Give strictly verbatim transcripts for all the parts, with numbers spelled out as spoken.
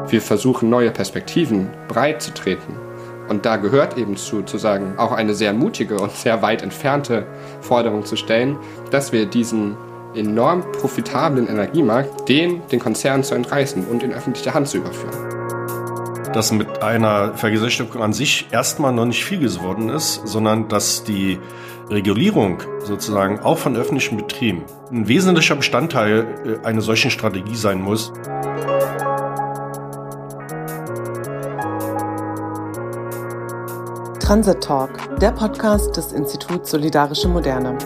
Wir versuchen, neue Perspektiven breit zu treten. Und da gehört eben zu, zu sagen, auch eine sehr mutige und sehr weit entfernte Forderung zu stellen, dass wir diesen enorm profitablen Energiemarkt, den, den Konzernen zu entreißen und in öffentliche Hand zu überführen. Dass mit einer Vergesellschaftung an sich erstmal noch nicht viel geworden ist, sondern dass die Regulierung sozusagen auch von öffentlichen Betrieben ein wesentlicher Bestandteil einer solchen Strategie sein muss. Transit Talk, der Podcast des Instituts Solidarische Moderne.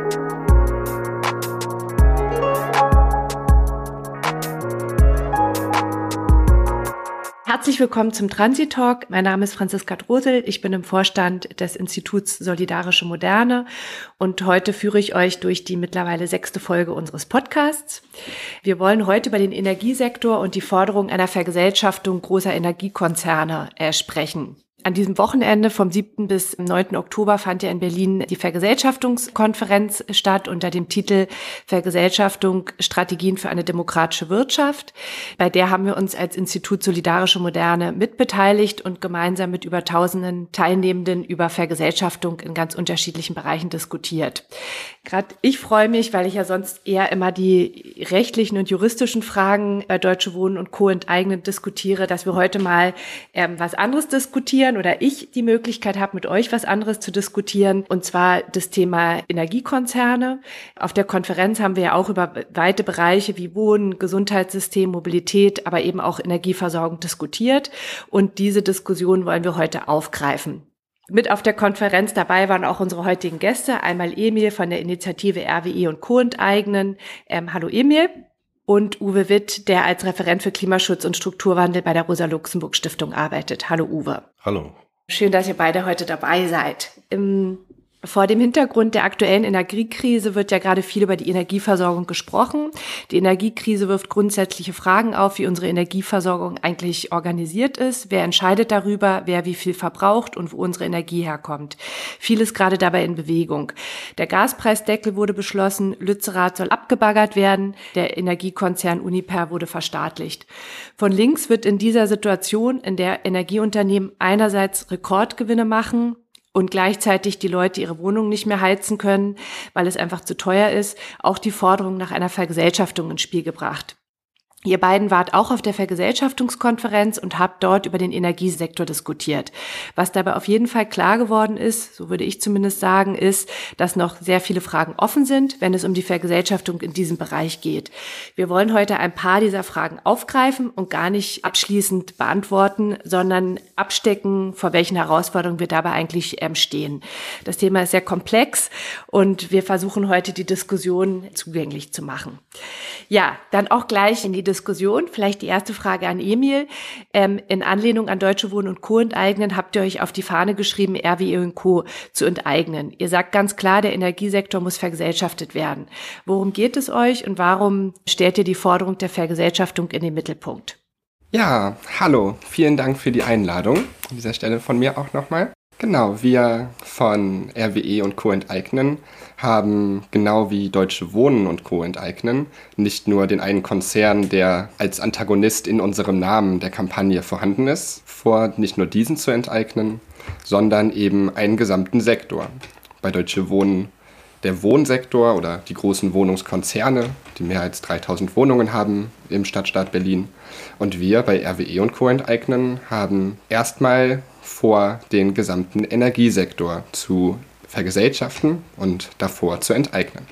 Herzlich willkommen zum Transit Talk. Mein Name ist Franziska Drosel. Ich bin im Vorstand des Instituts Solidarische Moderne und heute führe ich euch durch die mittlerweile sechste Folge unseres Podcasts. Wir wollen heute über den Energiesektor und die Forderung einer Vergesellschaftung großer Energiekonzerne äh, sprechen. An diesem Wochenende vom siebten bis neunten Oktober fand ja in Berlin die Vergesellschaftungskonferenz statt unter dem Titel Vergesellschaftung Strategien für eine demokratische Wirtschaft. Bei der haben wir uns als Institut Solidarische Moderne mitbeteiligt und gemeinsam mit über tausenden Teilnehmenden über Vergesellschaftung in ganz unterschiedlichen Bereichen diskutiert. Gerade ich freue mich, weil ich ja sonst eher immer die rechtlichen und juristischen Fragen bei Deutsche Wohnen und Co. enteignen diskutiere, dass wir heute mal ähm, was anderes diskutieren oder ich die Möglichkeit habe, mit euch was anderes zu diskutieren, und zwar das Thema Energiekonzerne. Auf der Konferenz haben wir ja auch über weite Bereiche wie Wohnen, Gesundheitssystem, Mobilität, aber eben auch Energieversorgung diskutiert, und diese Diskussion wollen wir heute aufgreifen. Mit auf der Konferenz dabei waren auch unsere heutigen Gäste, einmal Emil von der Initiative R W E und Co. enteignen. Ähm, hallo Emil. Und Uwe Witt, der als Referent für Klimaschutz und Strukturwandel bei der Rosa-Luxemburg-Stiftung arbeitet. Hallo Uwe. Hallo. Schön, dass ihr beide heute dabei seid. Im Vor dem Hintergrund der aktuellen Energiekrise wird ja gerade viel über die Energieversorgung gesprochen. Die Energiekrise wirft grundsätzliche Fragen auf, wie unsere Energieversorgung eigentlich organisiert ist. Wer entscheidet darüber, wer wie viel verbraucht und wo unsere Energie herkommt? Vieles gerade dabei in Bewegung. Der Gaspreisdeckel wurde beschlossen, Lützerath soll abgebaggert werden, der Energiekonzern Uniper wurde verstaatlicht. Von links wird in dieser Situation, in der Energieunternehmen einerseits Rekordgewinne machen und gleichzeitig die Leute ihre Wohnungen nicht mehr heizen können, weil es einfach zu teuer ist, auch die Forderung nach einer Vergesellschaftung ins Spiel gebracht. Ihr beiden wart auch auf der Vergesellschaftungskonferenz und habt dort über den Energiesektor diskutiert. Was dabei auf jeden Fall klar geworden ist, so würde ich zumindest sagen, ist, dass noch sehr viele Fragen offen sind, wenn es um die Vergesellschaftung in diesem Bereich geht. Wir wollen heute ein paar dieser Fragen aufgreifen und gar nicht abschließend beantworten, sondern abstecken, vor welchen Herausforderungen wir dabei eigentlich ähm, stehen. Das Thema ist sehr komplex und wir versuchen heute die Diskussion zugänglich zu machen. Ja, dann auch gleich in die Diskussion. Vielleicht die erste Frage an Emil. Ähm, in Anlehnung an Deutsche Wohnen und Co. enteignen habt ihr euch auf die Fahne geschrieben, R W E und Co. zu enteignen. Ihr sagt ganz klar, der Energiesektor muss vergesellschaftet werden. Worum geht es euch und warum stellt ihr die Forderung der Vergesellschaftung in den Mittelpunkt? Ja, hallo. Vielen Dank für die Einladung. An dieser Stelle von mir auch nochmal. Genau, wir von R W E und Co. enteignen haben, genau wie Deutsche Wohnen und Co. enteignen, nicht nur den einen Konzern, der als Antagonist in unserem Namen der Kampagne vorhanden ist, vor, nicht nur diesen zu enteignen, sondern eben einen gesamten Sektor. Bei Deutsche Wohnen der Wohnsektor oder die großen Wohnungskonzerne, die mehr als dreitausend Wohnungen haben im Stadtstaat Berlin. Und wir bei R W E und Co. enteignen haben erstmal vor, den gesamten Energiesektor zu vergesellschaften und davor zu enteignen.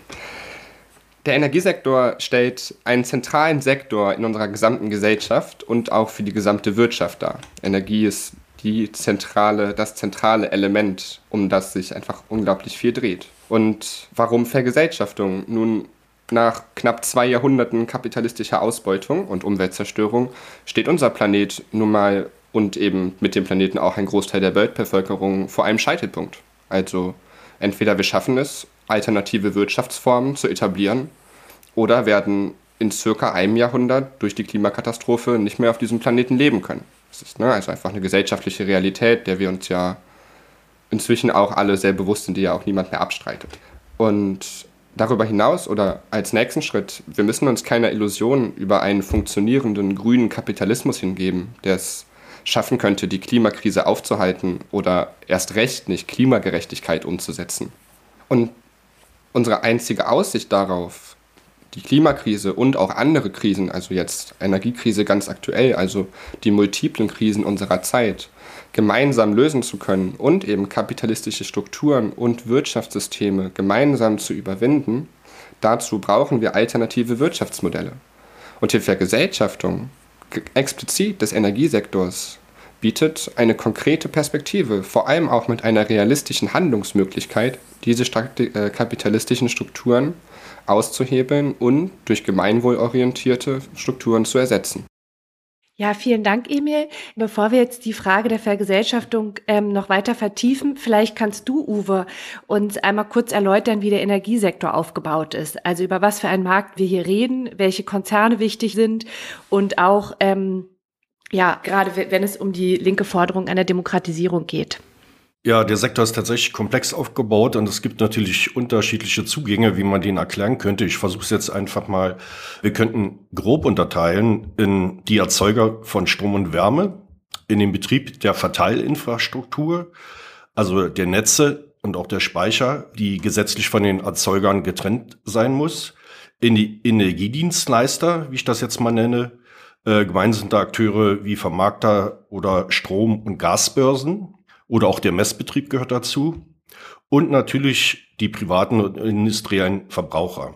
Der Energiesektor stellt einen zentralen Sektor in unserer gesamten Gesellschaft und auch für die gesamte Wirtschaft dar. Energie ist die zentrale, das zentrale Element, um das sich einfach unglaublich viel dreht. Und warum Vergesellschaftung? Nun, nach knapp zwei Jahrhunderten kapitalistischer Ausbeutung und Umweltzerstörung steht unser Planet nun mal und eben mit dem Planeten auch ein Großteil der Weltbevölkerung vor einem Scheitelpunkt. Also entweder wir schaffen es, alternative Wirtschaftsformen zu etablieren, oder werden in circa einem Jahrhundert durch die Klimakatastrophe nicht mehr auf diesem Planeten leben können. Das ist ne, also einfach eine gesellschaftliche Realität, der wir uns ja inzwischen auch alle sehr bewusst sind, die ja auch niemand mehr abstreitet. Und Darüber hinaus oder als nächsten Schritt, wir müssen uns keiner Illusion über einen funktionierenden grünen Kapitalismus hingeben, der es schaffen könnte, die Klimakrise aufzuhalten oder erst recht nicht Klimagerechtigkeit umzusetzen. Und unsere einzige Aussicht darauf, die Klimakrise und auch andere Krisen, also jetzt Energiekrise ganz aktuell, also die multiplen Krisen unserer Zeit, gemeinsam lösen zu können und eben kapitalistische Strukturen und Wirtschaftssysteme gemeinsam zu überwinden, dazu brauchen wir alternative Wirtschaftsmodelle. Und die Vergesellschaftung explizit des Energiesektors bietet eine konkrete Perspektive, vor allem auch mit einer realistischen Handlungsmöglichkeit, diese kapitalistischen Strukturen auszuhebeln und durch gemeinwohlorientierte Strukturen zu ersetzen. Ja, vielen Dank, Emil. Bevor wir jetzt die Frage der Vergesellschaftung ähm, noch weiter vertiefen, vielleicht kannst du, Uwe, uns einmal kurz erläutern, wie der Energiesektor aufgebaut ist. Also über was für einen Markt wir hier reden, welche Konzerne wichtig sind und auch, ähm, ja, gerade wenn es um die linke Forderung einer Demokratisierung geht. Ja, der Sektor ist tatsächlich komplex aufgebaut und es gibt natürlich unterschiedliche Zugänge, wie man den erklären könnte. Ich versuche es jetzt einfach mal. Wir könnten grob unterteilen in die Erzeuger von Strom und Wärme, in den Betrieb der Verteilinfrastruktur, also der Netze und auch der Speicher, die gesetzlich von den Erzeugern getrennt sein muss, in die Energiedienstleister, wie ich das jetzt mal nenne, äh, gemeint sind da Akteure wie Vermarkter oder Strom- und Gasbörsen. Oder auch der Messbetrieb gehört dazu. Und natürlich die privaten und industriellen Verbraucher.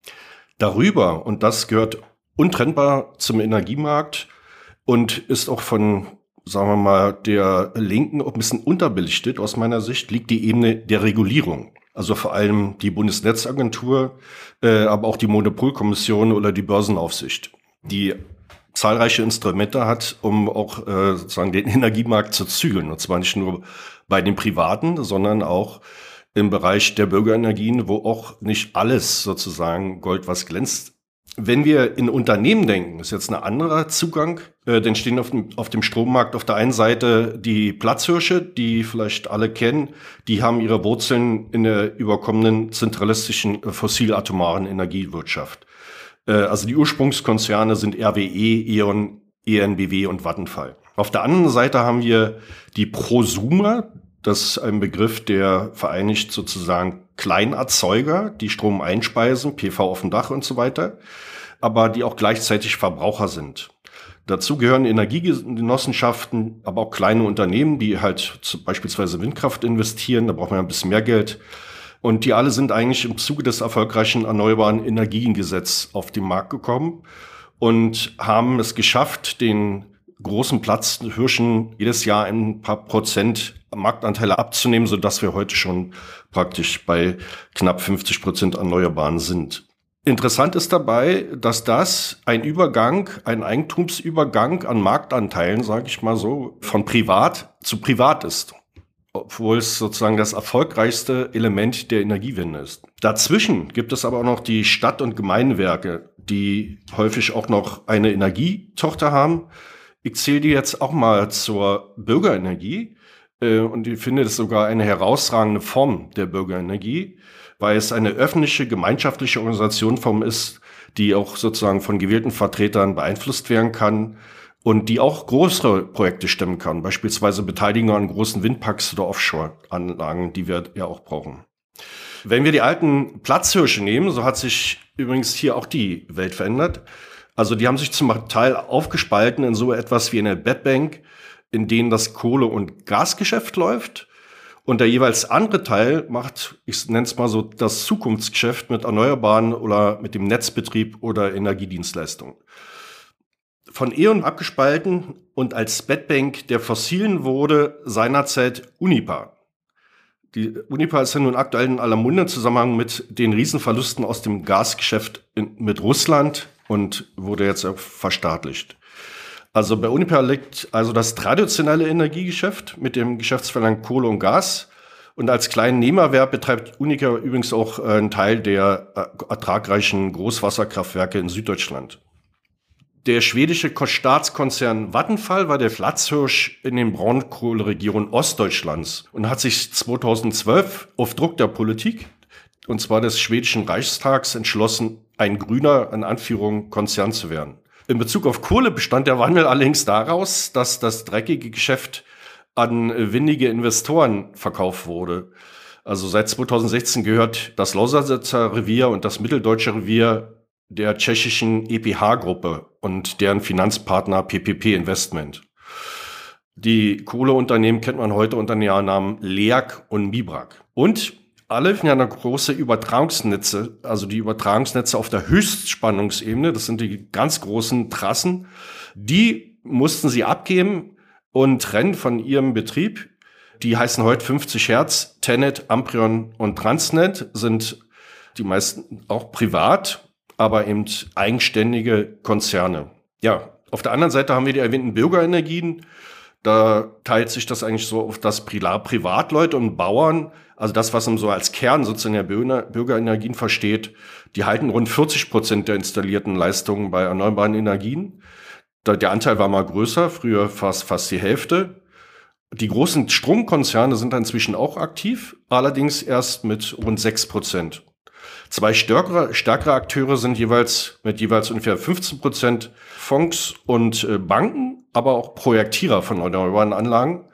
Darüber, und das gehört untrennbar zum Energiemarkt und ist auch von, sagen wir mal, der Linken auch ein bisschen unterbelichtet aus meiner Sicht, liegt die Ebene der Regulierung. Also vor allem die Bundesnetzagentur, äh, aber auch die Monopolkommission oder die Börsenaufsicht, die zahlreiche Instrumente hat, um auch äh, sozusagen den Energiemarkt zu zügeln. Und zwar nicht nur bei den Privaten, sondern auch im Bereich der Bürgerenergien, wo auch nicht alles sozusagen Gold, was glänzt. Wenn wir in Unternehmen denken, ist jetzt ein anderer Zugang. Äh, denn stehen auf dem, auf dem Strommarkt auf der einen Seite die Platzhirsche, die vielleicht alle kennen. Die haben ihre Wurzeln in der überkommenen zentralistischen äh, fossil-atomaren Energiewirtschaft. Also die Ursprungskonzerne sind R W E, E.ON, E N B W und Vattenfall. Auf der anderen Seite haben wir die Prosumer, das ist ein Begriff, der vereinigt sozusagen Kleinerzeuger, die Strom einspeisen, P V auf dem Dach und so weiter, aber die auch gleichzeitig Verbraucher sind. Dazu gehören Energiegenossenschaften, aber auch kleine Unternehmen, die halt beispielsweise Windkraft investieren, da braucht man ein bisschen mehr Geld. Und die alle sind eigentlich im Zuge des erfolgreichen Erneuerbaren Energiengesetzes auf den Markt gekommen und haben es geschafft, den großen Platzhirschen jedes Jahr ein paar Prozent Marktanteile abzunehmen, sodass wir heute schon praktisch bei knapp fünfzig Prozent Erneuerbaren sind. Interessant ist dabei, dass das ein Übergang, ein Eigentumsübergang an Marktanteilen, sage ich mal so, von privat zu privat ist. Obwohl es sozusagen das erfolgreichste Element der Energiewende ist. Dazwischen gibt es aber auch noch die Stadt- und Gemeindewerke, die häufig auch noch eine Energietochter haben. Ich zähle die jetzt auch mal zur Bürgerenergie äh, und ich finde das sogar eine herausragende Form der Bürgerenergie, weil es eine öffentliche, gemeinschaftliche Organisationsform ist, die auch sozusagen von gewählten Vertretern beeinflusst werden kann. Und die auch größere Projekte stemmen kann, beispielsweise Beteiligung an großen Windparks oder Offshore-Anlagen, die wir ja auch brauchen. Wenn wir die alten Platzhirsche nehmen, so hat sich übrigens hier auch die Welt verändert. Also die haben sich zum Teil aufgespalten in so etwas wie eine Bedbank, in denen das Kohle- und Gasgeschäft läuft. Und der jeweils andere Teil macht, ich nenne es mal so, das Zukunftsgeschäft mit Erneuerbaren oder mit dem Netzbetrieb oder Energiedienstleistungen. Von E.ON abgespalten und als Bedbank der Fossilen wurde seinerzeit Unipa. Die Unipa ist ja nun aktuell in aller Munde im Zusammenhang mit den Riesenverlusten aus dem Gasgeschäft in, mit Russland und wurde jetzt auch verstaatlicht. Also bei Unipa liegt also das traditionelle Energiegeschäft mit dem Geschäftsfeld Kohle und Gas. Und als kleinen Nebenerwerb betreibt Unipa übrigens auch einen Teil der ertragreichen Großwasserkraftwerke in Süddeutschland. Der schwedische Staatskonzern Vattenfall war der Platzhirsch in den Braunkohleregionen Ostdeutschlands und hat sich zweitausendzwölf auf Druck der Politik und zwar des schwedischen Reichstags, entschlossen, ein grüner, in Anführung, Konzern zu werden. In Bezug auf Kohle bestand der Wandel allerdings daraus, dass das dreckige Geschäft an windige Investoren verkauft wurde. Also seit zweitausendsechzehn gehört das Lausitzer Revier und das Mitteldeutsche Revier der tschechischen E P H-Gruppe und deren Finanzpartner P P P Investment. Die Kohleunternehmen kennt man heute unter den Namen LEAG und Mibrak. Und alle haben ja große Übertragungsnetze, also die Übertragungsnetze auf der Höchstspannungsebene, das sind die ganz großen Trassen, die mussten sie abgeben und trennen von ihrem Betrieb. Die heißen heute fünfzig Hertz, Tenet, Amprion und Transnet, sind die meisten auch privat, aber eben eigenständige Konzerne. Ja, auf der anderen Seite haben wir die erwähnten Bürgerenergien. Da teilt sich das eigentlich so auf das Privatleute und Bauern, also das, was man so als Kern sozusagen der Bürgerenergien versteht, die halten rund vierzig Prozent der installierten Leistungen bei erneuerbaren Energien. Der Anteil war mal größer, früher fast, fast die Hälfte. Die großen Stromkonzerne sind inzwischen auch aktiv, allerdings erst mit rund sechs Prozent. Zwei stärkere, stärkere Akteure sind jeweils mit jeweils ungefähr fünfzehn Prozent Fonds und äh, Banken, aber auch Projektierer von erneuerbaren Anlagen.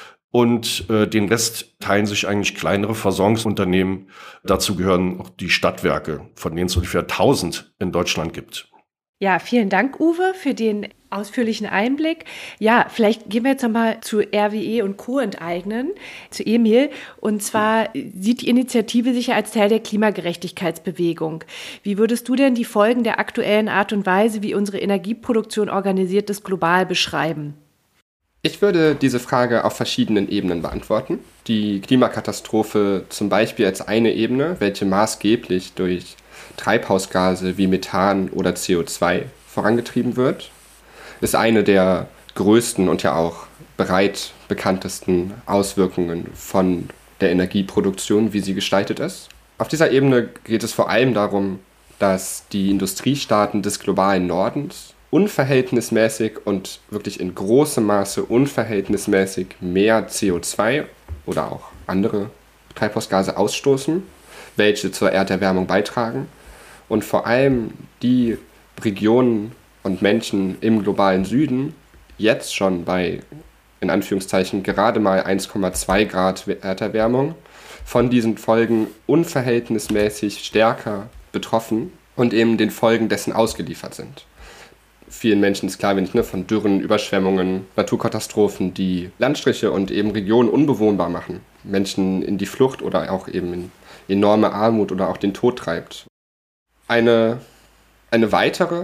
Und äh, den Rest teilen sich eigentlich kleinere Versorgungsunternehmen. Dazu gehören auch die Stadtwerke, von denen es ungefähr tausend in Deutschland gibt. Ja, vielen Dank, Uwe, für den ausführlichen Einblick. Ja, vielleicht gehen wir jetzt nochmal zu R W E und Co. enteignen, zu Emil. Und zwar sieht die Initiative sich ja als Teil der Klimagerechtigkeitsbewegung. Wie würdest du denn die Folgen der aktuellen Art und Weise, wie unsere Energieproduktion organisiert ist, global beschreiben? Ich würde diese Frage auf verschiedenen Ebenen beantworten. Die Klimakatastrophe zum Beispiel als eine Ebene, welche maßgeblich durch Treibhausgase wie Methan oder C O zwei vorangetrieben wird, ist eine der größten und ja auch breit bekanntesten Auswirkungen von der Energieproduktion, wie sie gestaltet ist. Auf dieser Ebene geht es vor allem darum, dass die Industriestaaten des globalen Nordens unverhältnismäßig und wirklich in großem Maße unverhältnismäßig mehr C O zwei oder auch andere Treibhausgase ausstoßen, welche zur Erderwärmung beitragen. Und vor allem die Regionen und Menschen im globalen Süden jetzt schon bei, in Anführungszeichen, gerade mal eins Komma zwei Grad Erderwärmung von diesen Folgen unverhältnismäßig stärker betroffen und eben den Folgen dessen ausgeliefert sind. Vielen Menschen ist klar, wenn ich ne, von Dürren, Überschwemmungen, Naturkatastrophen, die Landstriche und eben Regionen unbewohnbar machen, Menschen in die Flucht oder auch eben in enorme Armut oder auch den Tod treibt. Eine, eine weitere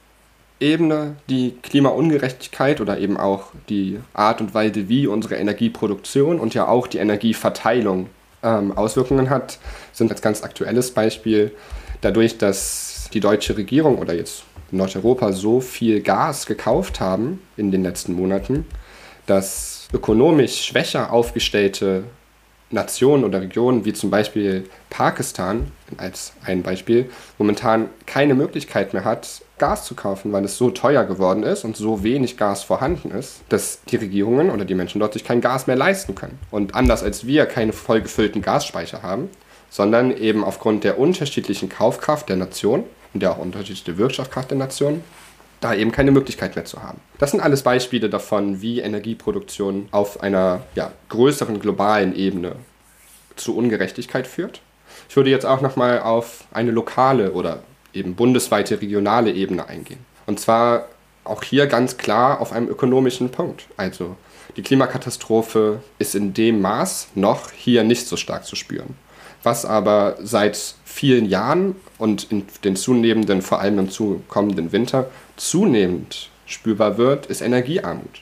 Ebene, die Klimaungerechtigkeit oder eben auch die Art und Weise, wie unsere Energieproduktion und ja auch die Energieverteilung ähm, Auswirkungen hat, sind als ganz aktuelles Beispiel dadurch, dass die deutsche Regierung oder jetzt in Nordeuropa so viel Gas gekauft haben in den letzten Monaten, dass ökonomisch schwächer aufgestellte Nationen oder Regionen wie zum Beispiel Pakistan als ein Beispiel momentan keine Möglichkeit mehr hat, Gas zu kaufen, weil es so teuer geworden ist und so wenig Gas vorhanden ist, dass die Regierungen oder die Menschen dort sich kein Gas mehr leisten können. Und anders als wir keine vollgefüllten Gasspeicher haben, sondern eben aufgrund der unterschiedlichen Kaufkraft der Nation und der auch unterschiedlichen Wirtschaftskraft der Nation da eben keine Möglichkeit mehr zu haben. Das sind alles Beispiele davon, wie Energieproduktion auf einer ja, größeren globalen Ebene zu Ungerechtigkeit führt. Ich würde jetzt auch nochmal auf eine lokale oder eben bundesweite regionale Ebene eingehen. Und zwar auch hier ganz klar auf einem ökonomischen Punkt. Also die Klimakatastrophe ist in dem Maß noch hier nicht so stark zu spüren. Was aber seit vielen Jahren und in den zunehmenden, vor allem im kommenden Winter, zunehmend spürbar wird, ist Energiearmut.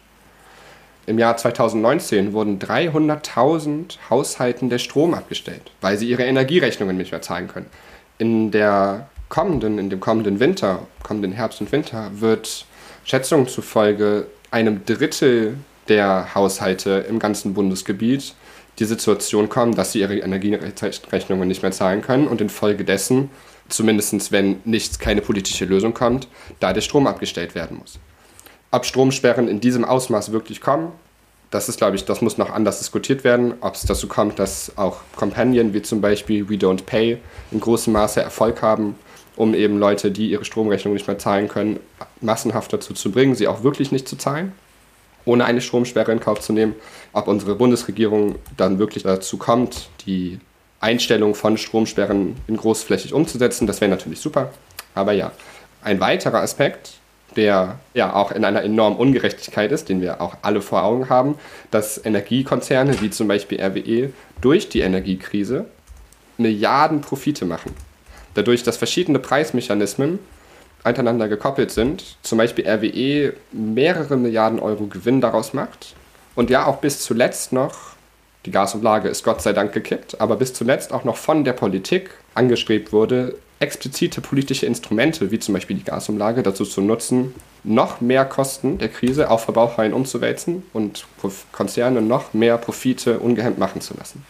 Im Jahr zweitausendneunzehn wurden dreihunderttausend Haushalten der Strom abgestellt, weil sie ihre Energierechnungen nicht mehr zahlen können. In der kommenden, in dem kommenden Winter, kommenden Herbst und Winter, wird Schätzungen zufolge einem Drittel der Haushalte im ganzen Bundesgebiet die Situation kommen, dass sie ihre Energierechnungen nicht mehr zahlen können und infolgedessen, zumindest wenn nichts, keine politische Lösung kommt, da der Strom abgestellt werden muss. Ob Stromsperren in diesem Ausmaß wirklich kommen, das ist, glaube ich, das muss noch anders diskutiert werden, ob es dazu kommt, dass auch Companion wie zum Beispiel We Don't Pay in großem Maße Erfolg haben, um eben Leute, die ihre Stromrechnung nicht mehr zahlen können, massenhaft dazu zu bringen, sie auch wirklich nicht zu zahlen, ohne eine Stromsperre in Kauf zu nehmen. Ob unsere Bundesregierung dann wirklich dazu kommt, die Einstellung von Stromsperren in großflächig umzusetzen, das wäre natürlich super. Aber ja, ein weiterer Aspekt, der ja auch in einer enormen Ungerechtigkeit ist, den wir auch alle vor Augen haben, dass Energiekonzerne wie zum Beispiel R W E durch die Energiekrise Milliarden Profite machen. Dadurch, dass verschiedene Preismechanismen aneinander gekoppelt sind, zum Beispiel R W E mehrere Milliarden Euro Gewinn daraus macht und ja auch bis zuletzt noch, die Gasumlage ist Gott sei Dank gekippt, aber bis zuletzt auch noch von der Politik angestrebt wurde, explizite politische Instrumente, wie zum Beispiel die Gasumlage, dazu zu nutzen, noch mehr Kosten der Krise auf Verbraucher umzuwälzen und Konzerne noch mehr Profite ungehemmt machen zu lassen.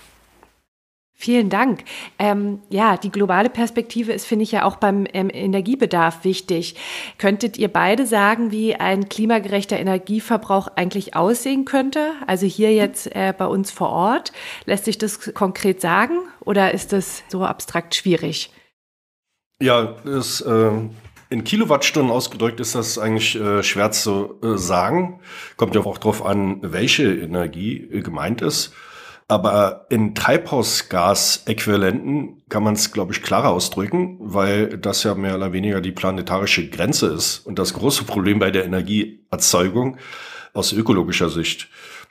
Vielen Dank. Ähm, ja, die globale Perspektive ist, finde ich, ja auch beim ähm, Energiebedarf wichtig. Könntet ihr beide sagen, wie ein klimagerechter Energieverbrauch eigentlich aussehen könnte? Also hier jetzt äh, bei uns vor Ort. Lässt sich das konkret sagen oder ist das so abstrakt schwierig? Ja, das, äh, in Kilowattstunden ausgedrückt ist das eigentlich äh, schwer zu äh, sagen. Kommt ja auch darauf an, welche Energie äh, gemeint ist. Aber in Treibhausgasäquivalenten kann man es, glaube ich, klarer ausdrücken, weil das ja mehr oder weniger die planetarische Grenze ist und das große Problem bei der Energieerzeugung aus ökologischer Sicht.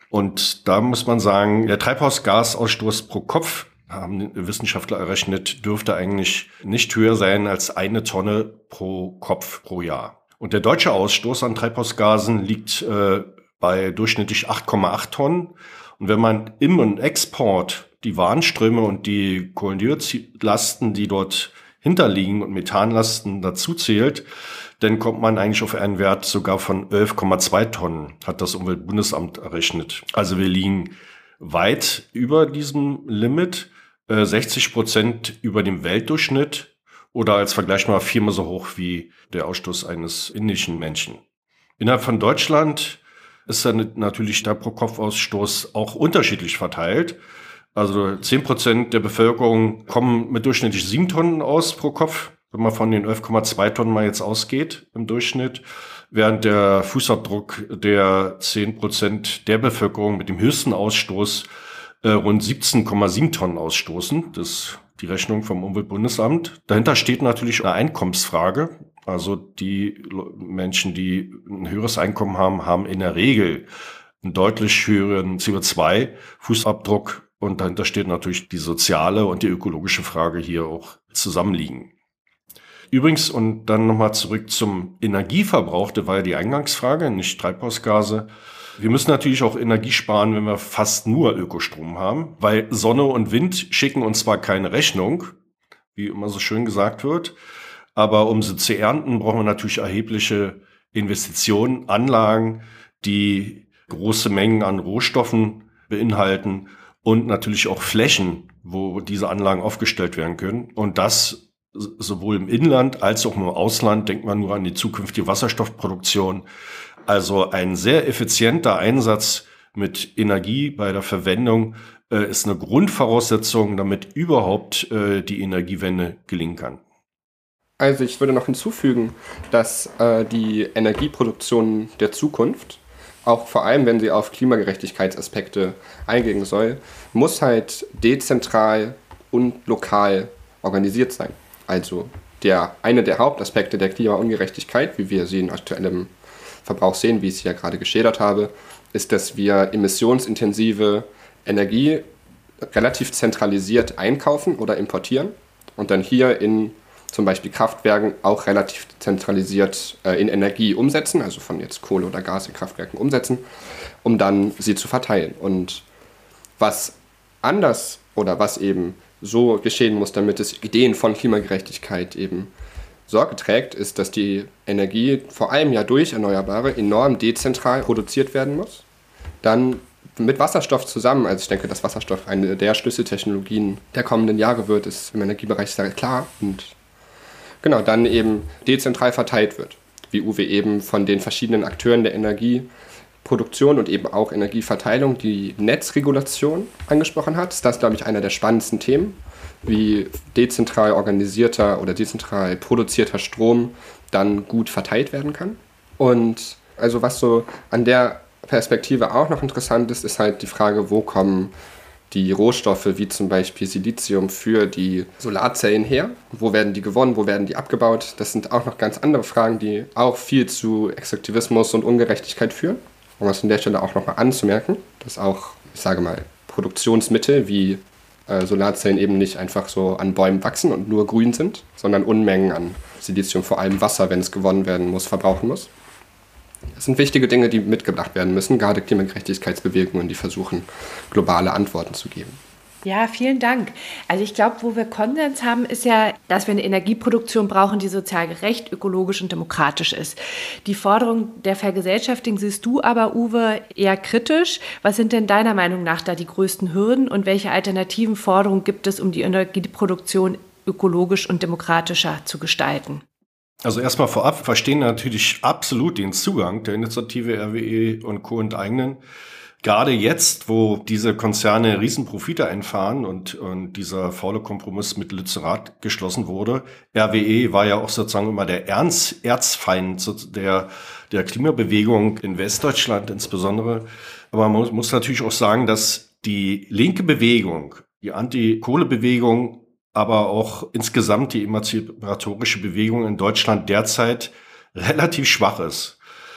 Und da muss man sagen, der Treibhausgasausstoß pro Kopf, haben Wissenschaftler errechnet, dürfte eigentlich nicht höher sein als eine Tonne pro Kopf pro Jahr. Und der deutsche Ausstoß an Treibhausgasen liegt äh, bei durchschnittlich acht Komma acht Tonnen. Und wenn man Im- und Export die Warnströme und die Kohlendioxidlasten, die dort hinterliegen, und Methanlasten dazu zählt, dann kommt man eigentlich auf einen Wert sogar von elf Komma zwei Tonnen, hat das Umweltbundesamt errechnet. Also wir liegen weit über diesem Limit, äh, sechzig Prozent über dem Weltdurchschnitt oder als Vergleich mal viermal so hoch wie der Ausstoß eines indischen Menschen. Innerhalb von Deutschland ist dann natürlich der Pro-Kopf-Ausstoß auch unterschiedlich verteilt. Also zehn Prozent der Bevölkerung kommen mit durchschnittlich sieben Tonnen aus pro Kopf, wenn man von den elf Komma zwei Tonnen mal jetzt ausgeht im Durchschnitt, während der Fußabdruck der zehn Prozent der Bevölkerung mit dem höchsten Ausstoß äh, rund siebzehn Komma sieben Tonnen ausstoßen. Das ist die Rechnung vom Umweltbundesamt. Dahinter steht natürlich eine Einkommensfrage. Also die Menschen, die ein höheres Einkommen haben, haben in der Regel einen deutlich höheren C O zwei Fußabdruck. Und dahinter steht natürlich die soziale und die ökologische Frage hier auch zusammenliegen. Übrigens, und dann nochmal zurück zum Energieverbrauch, das war ja die Eingangsfrage, nicht Treibhausgase. Wir müssen natürlich auch Energie sparen, wenn wir fast nur Ökostrom haben, weil Sonne und Wind schicken uns zwar keine Rechnung, wie immer so schön gesagt wird, aber um sie zu ernten, brauchen wir natürlich erhebliche Investitionen, Anlagen, die große Mengen an Rohstoffen beinhalten und natürlich auch Flächen, wo diese Anlagen aufgestellt werden können. Und das sowohl im Inland als auch im Ausland, denkt man nur an die zukünftige Wasserstoffproduktion. Also ein sehr effizienter Einsatz mit Energie bei der Verwendung äh, ist eine Grundvoraussetzung, damit überhaupt äh, die Energiewende gelingen kann. Also ich würde noch hinzufügen, dass äh, die Energieproduktion der Zukunft, auch vor allem wenn sie auf Klimagerechtigkeitsaspekte eingehen soll, muss halt dezentral und lokal organisiert sein. Also der, eine der Hauptaspekte der Klimaungerechtigkeit, wie wir sie in aktuellem Verbrauch sehen, wie ich es ja gerade geschildert habe, ist, dass wir emissionsintensive Energie relativ zentralisiert einkaufen oder importieren und dann hier in zum Beispiel Kraftwerken auch relativ zentralisiert äh, in Energie umsetzen, also von jetzt Kohle oder Gas in Kraftwerken umsetzen, um dann sie zu verteilen. Und was anders oder was eben so geschehen muss, damit es Ideen von Klimagerechtigkeit eben Sorge trägt, ist, dass die Energie vor allem ja durch Erneuerbare enorm dezentral produziert werden muss. Dann mit Wasserstoff zusammen, also ich denke, dass Wasserstoff eine der Schlüsseltechnologien der kommenden Jahre wird, ist im Energiebereich sehr klar und genau, dann eben dezentral verteilt wird, wie Uwe eben von den verschiedenen Akteuren der Energie Produktion und eben auch Energieverteilung die Netzregulation angesprochen hat. Das ist, glaube ich, einer der spannendsten Themen, wie dezentral organisierter oder dezentral produzierter Strom dann gut verteilt werden kann. Und also was so an der Perspektive auch noch interessant ist, ist halt die Frage, wo kommen die Rohstoffe wie zum Beispiel Silizium für die Solarzellen her? Wo werden die gewonnen? Wo werden die abgebaut? Das sind auch noch ganz andere Fragen, die auch viel zu Extraktivismus und Ungerechtigkeit führen. Um das an der Stelle auch nochmal anzumerken, dass auch, ich sage mal, Produktionsmittel wie äh, Solarzellen eben nicht einfach so an Bäumen wachsen und nur grün sind, sondern Unmengen an Silizium, vor allem Wasser, wenn es gewonnen werden muss, verbrauchen muss. Das sind wichtige Dinge, die mitgedacht werden müssen, gerade Klimagerechtigkeitsbewegungen, die versuchen, globale Antworten zu geben. Ja, vielen Dank. Also ich glaube, wo wir Konsens haben, ist ja, dass wir eine Energieproduktion brauchen, die sozial gerecht, ökologisch und demokratisch ist. Die Forderung der Vergesellschaftung siehst du aber, Uwe, eher kritisch. Was sind denn deiner Meinung nach da die größten Hürden und welche alternativen Forderungen gibt es, um die Energieproduktion ökologisch und demokratischer zu gestalten? Also erstmal vorab verstehen natürlich absolut den Zugang der Initiative R W E und Co. enteignen. Gerade jetzt, wo diese Konzerne Riesenprofite einfahren und, und dieser faule Kompromiss mit Lützerath geschlossen wurde. R W E war ja auch sozusagen immer der Ernst, Erzfeind der, der Klimabewegung in Westdeutschland insbesondere. Aber man muss, muss natürlich auch sagen, dass die linke Bewegung, die Anti-Kohle-Bewegung, aber auch insgesamt die emanzipatorische Bewegung in Deutschland derzeit relativ schwach ist.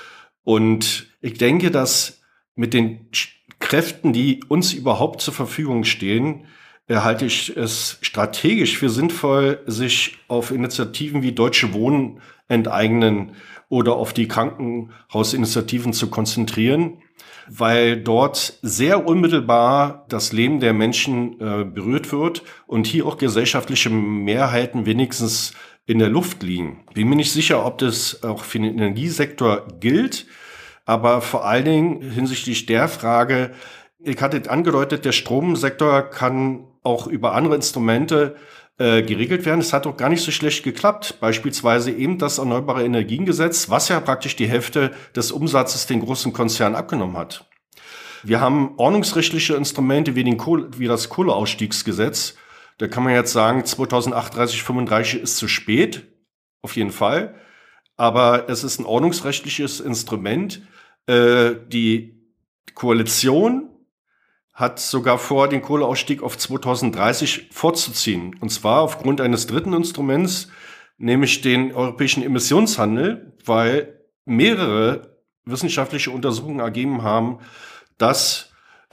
Und ich denke, dass mit den Kräften, die uns überhaupt zur Verfügung stehen, halte ich es strategisch für sinnvoll, sich auf Initiativen wie Deutsche Wohnen enteignen oder auf die Krankenhausinitiativen zu konzentrieren, weil dort sehr unmittelbar das Leben der Menschen äh, berührt wird und hier auch gesellschaftliche Mehrheiten wenigstens in der Luft liegen. Bin mir nicht sicher, ob das auch für den Energiesektor gilt, aber vor allen Dingen hinsichtlich der Frage, ich hatte angedeutet, der Stromsektor kann auch über andere Instrumente äh, geregelt werden. Es hat auch gar nicht so schlecht geklappt. Beispielsweise eben das Erneuerbare Energiengesetz, was ja praktisch die Hälfte des Umsatzes den großen Konzernen abgenommen hat. Wir haben ordnungsrechtliche Instrumente wie, den Kohle, wie das Kohleausstiegsgesetz. Da kann man jetzt sagen, zweitausendachtunddreißig, fünfunddreißig ist zu spät, auf jeden Fall. Aber es ist ein ordnungsrechtliches Instrument. Äh, die Koalition hat sogar vor, den Kohleausstieg auf zweitausenddreißig vorzuziehen. Und zwar aufgrund eines dritten Instruments, nämlich den europäischen Emissionshandel, weil mehrere wissenschaftliche Untersuchungen ergeben haben, dass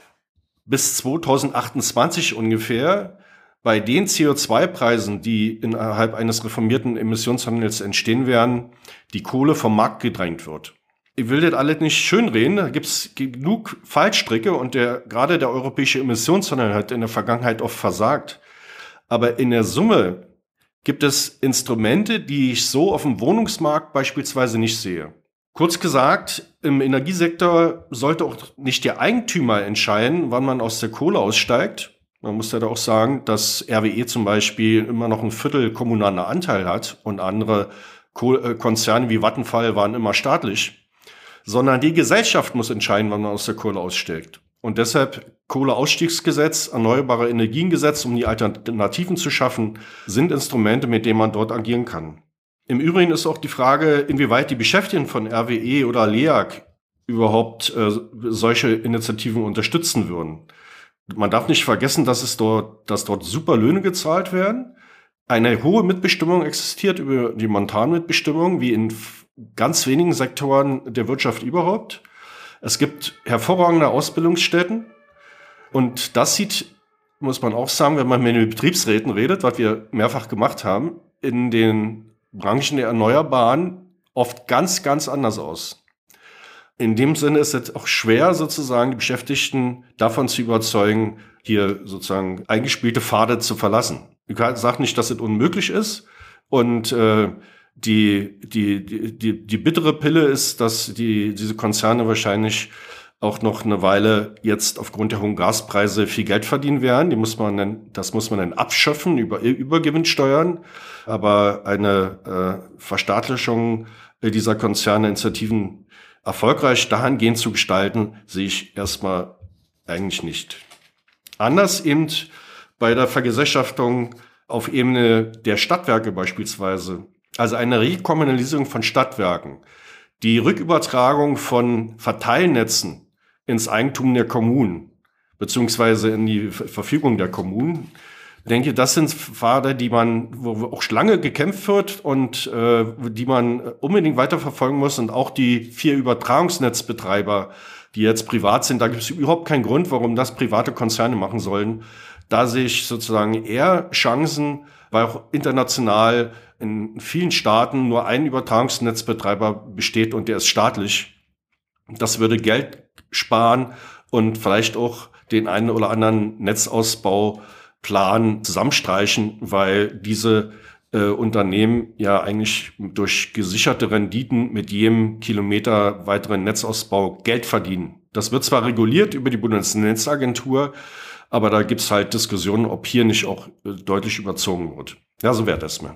bis zweitausendachtundzwanzig ungefähr bei den C O zwei Preisen, die innerhalb eines reformierten Emissionshandels entstehen werden, die Kohle vom Markt gedrängt wird. Ich will das alles nicht schönreden, da gibt es genug Fallstricke und der, gerade der europäische Emissionshandel hat in der Vergangenheit oft versagt. Aber in der Summe gibt es Instrumente, die ich so auf dem Wohnungsmarkt beispielsweise nicht sehe. Kurz gesagt, im Energiesektor sollte auch nicht der Eigentümer entscheiden, wann man aus der Kohle aussteigt. Man muss ja da auch sagen, dass R W E zum Beispiel immer noch ein Viertel kommunaler Anteil hat und andere Konzerne wie Vattenfall waren immer staatlich. Sondern die Gesellschaft muss entscheiden, wann man aus der Kohle aussteigt. Und deshalb Kohleausstiegsgesetz, Erneuerbare Energiengesetz, um die Alternativen zu schaffen, sind Instrumente, mit denen man dort agieren kann. Im Übrigen ist auch die Frage, inwieweit die Beschäftigten von R W E oder L E A G überhaupt äh, solche Initiativen unterstützen würden. Man darf nicht vergessen, dass es dort, dass dort super Löhne gezahlt werden. Eine hohe Mitbestimmung existiert über die Montanmitbestimmung, wie in ganz wenigen Sektoren der Wirtschaft überhaupt. Es gibt hervorragende Ausbildungsstätten. Und das sieht, muss man auch sagen, wenn man mit den Betriebsräten redet, was wir mehrfach gemacht haben, in den Branchen der Erneuerbaren oft ganz, ganz anders aus. In dem Sinne ist es auch schwer, sozusagen die Beschäftigten davon zu überzeugen, hier sozusagen eingespielte Pfade zu verlassen. Ich sage nicht, dass es unmöglich ist. Und äh, die, die, die, die, die bittere Pille ist, dass die, diese Konzerne wahrscheinlich auch noch eine Weile jetzt aufgrund der hohen Gaspreise viel Geld verdienen werden. Die muss man dann, das muss man dann abschöpfen über Übergewinnsteuern. Aber eine äh, Verstaatlichung dieser Konzerne, Initiativen erfolgreich dahingehend zu gestalten, sehe ich erstmal eigentlich nicht. Anders eben bei der Vergesellschaftung auf Ebene der Stadtwerke beispielsweise, also eine Rekommunalisierung von Stadtwerken, die Rückübertragung von Verteilnetzen ins Eigentum der Kommunen, beziehungsweise in die Verfügung der Kommunen. Ich denke, das sind Pfade, die man, wo auch lange gekämpft wird und äh, die man unbedingt weiterverfolgen muss. Und auch die vier Übertragungsnetzbetreiber, die jetzt privat sind, da gibt es überhaupt keinen Grund, warum das private Konzerne machen sollen. Da sehe ich sozusagen eher Chancen, weil auch international in vielen Staaten nur ein Übertragungsnetzbetreiber besteht und der ist staatlich. Das würde Geld sparen und vielleicht auch den einen oder anderen Netzausbauplan zusammenstreichen, weil diese äh, Unternehmen ja eigentlich durch gesicherte Renditen mit jedem Kilometer weiteren Netzausbau Geld verdienen. Das wird zwar reguliert über die Bundesnetzagentur, aber da gibt's halt Diskussionen, ob hier nicht auch äh, deutlich überzogen wird. Ja, so wäre das mal.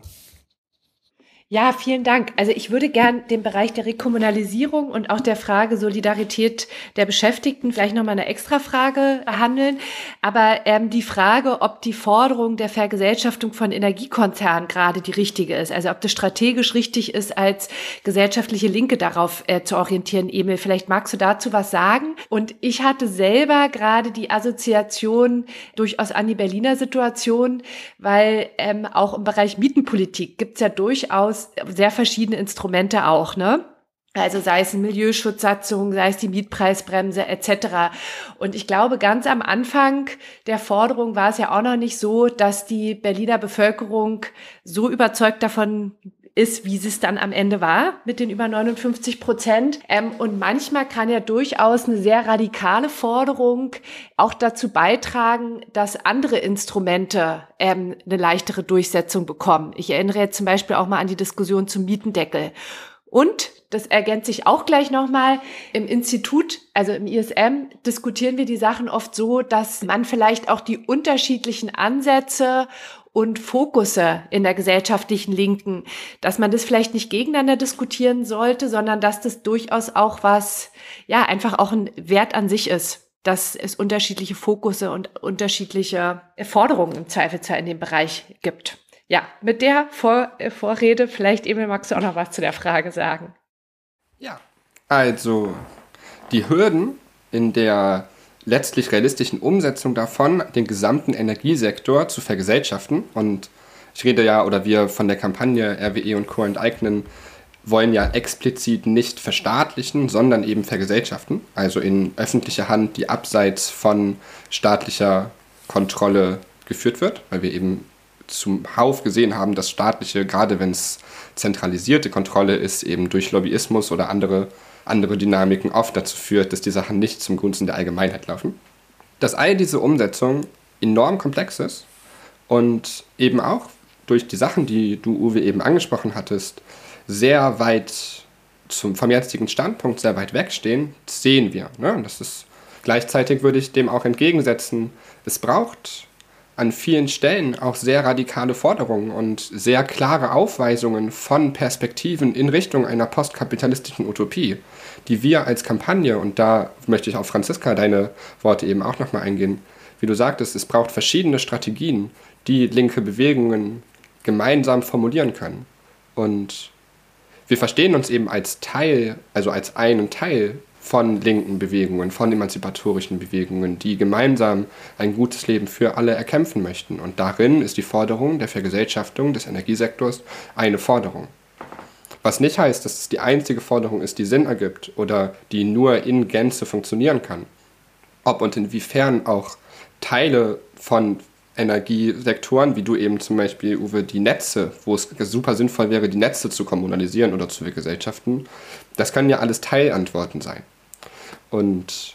Ja, vielen Dank. Also ich würde gern den Bereich der Rekommunalisierung und auch der Frage Solidarität der Beschäftigten vielleicht nochmal eine Extrafrage behandeln. Aber ähm, die Frage, ob die Forderung der Vergesellschaftung von Energiekonzernen gerade die richtige ist, also ob das strategisch richtig ist, als gesellschaftliche Linke darauf äh, zu orientieren. Emil, vielleicht magst du dazu was sagen? Und ich hatte selber gerade die Assoziation durchaus an die Berliner Situation, weil ähm, auch im Bereich Mietenpolitik gibt's ja durchaus sehr verschiedene Instrumente auch, ne? Also sei es eine Milieuschutzsatzung, sei es die Mietpreisbremse et cetera. Und ich glaube, ganz am Anfang der Forderung war es ja auch noch nicht so, dass die Berliner Bevölkerung so überzeugt davon ist, wie es dann am Ende war mit den über neunundfünfzig Prozent. Ähm, und manchmal kann ja durchaus eine sehr radikale Forderung auch dazu beitragen, dass andere Instrumente ähm, eine leichtere Durchsetzung bekommen. Ich erinnere jetzt zum Beispiel auch mal an die Diskussion zum Mietendeckel. Und, das ergänzt sich auch gleich nochmal, im Institut, also im I S M, diskutieren wir die Sachen oft so, dass man vielleicht auch die unterschiedlichen Ansätze und Fokusse in der gesellschaftlichen Linken, dass man das vielleicht nicht gegeneinander diskutieren sollte, sondern dass das durchaus auch was, ja, einfach auch ein Wert an sich ist, dass es unterschiedliche Fokusse und unterschiedliche Forderungen im Zweifelsfall in dem Bereich gibt. Ja, mit der Vor- Vorrede, vielleicht, Emil, magst du auch noch was zu der Frage sagen? Ja, also die Hürden in der letztlich realistischen Umsetzung davon, den gesamten Energiesektor zu vergesellschaften. Und ich rede ja, oder wir von der Kampagne R W E und Co. enteignen, wollen ja explizit nicht verstaatlichen, sondern eben vergesellschaften. Also in öffentlicher Hand, die abseits von staatlicher Kontrolle geführt wird, weil wir eben zum Hauf gesehen haben, dass staatliche, gerade wenn es zentralisierte Kontrolle ist, eben durch Lobbyismus oder andere andere Dynamiken oft dazu führt, dass die Sachen nicht zum Gunsten der Allgemeinheit laufen. Dass all diese Umsetzung enorm komplex ist und eben auch durch die Sachen, die du, Uwe, eben angesprochen hattest, sehr weit zum, vom jetzigen Standpunkt sehr weit wegstehen, sehen wir. Ne? Und das ist, gleichzeitig würde ich dem auch entgegensetzen, es braucht an vielen Stellen auch sehr radikale Forderungen und sehr klare Aufweisungen von Perspektiven in Richtung einer postkapitalistischen Utopie, die wir als Kampagne, und da möchte ich auf Franziska deine Worte eben auch nochmal eingehen, wie du sagtest, es braucht verschiedene Strategien, die linke Bewegungen gemeinsam formulieren können. Und wir verstehen uns eben als Teil, also als einen Teil von linken Bewegungen, von emanzipatorischen Bewegungen, die gemeinsam ein gutes Leben für alle erkämpfen möchten. Und darin ist die Forderung der Vergesellschaftung des Energiesektors eine Forderung. Was nicht heißt, dass es die einzige Forderung ist, die Sinn ergibt oder die nur in Gänze funktionieren kann. Ob und inwiefern auch Teile von Energiesektoren, wie du eben zum Beispiel, Uwe, die Netze, wo es super sinnvoll wäre, die Netze zu kommunalisieren oder zu vergesellschaften, das können ja alles Teilantworten sein. Und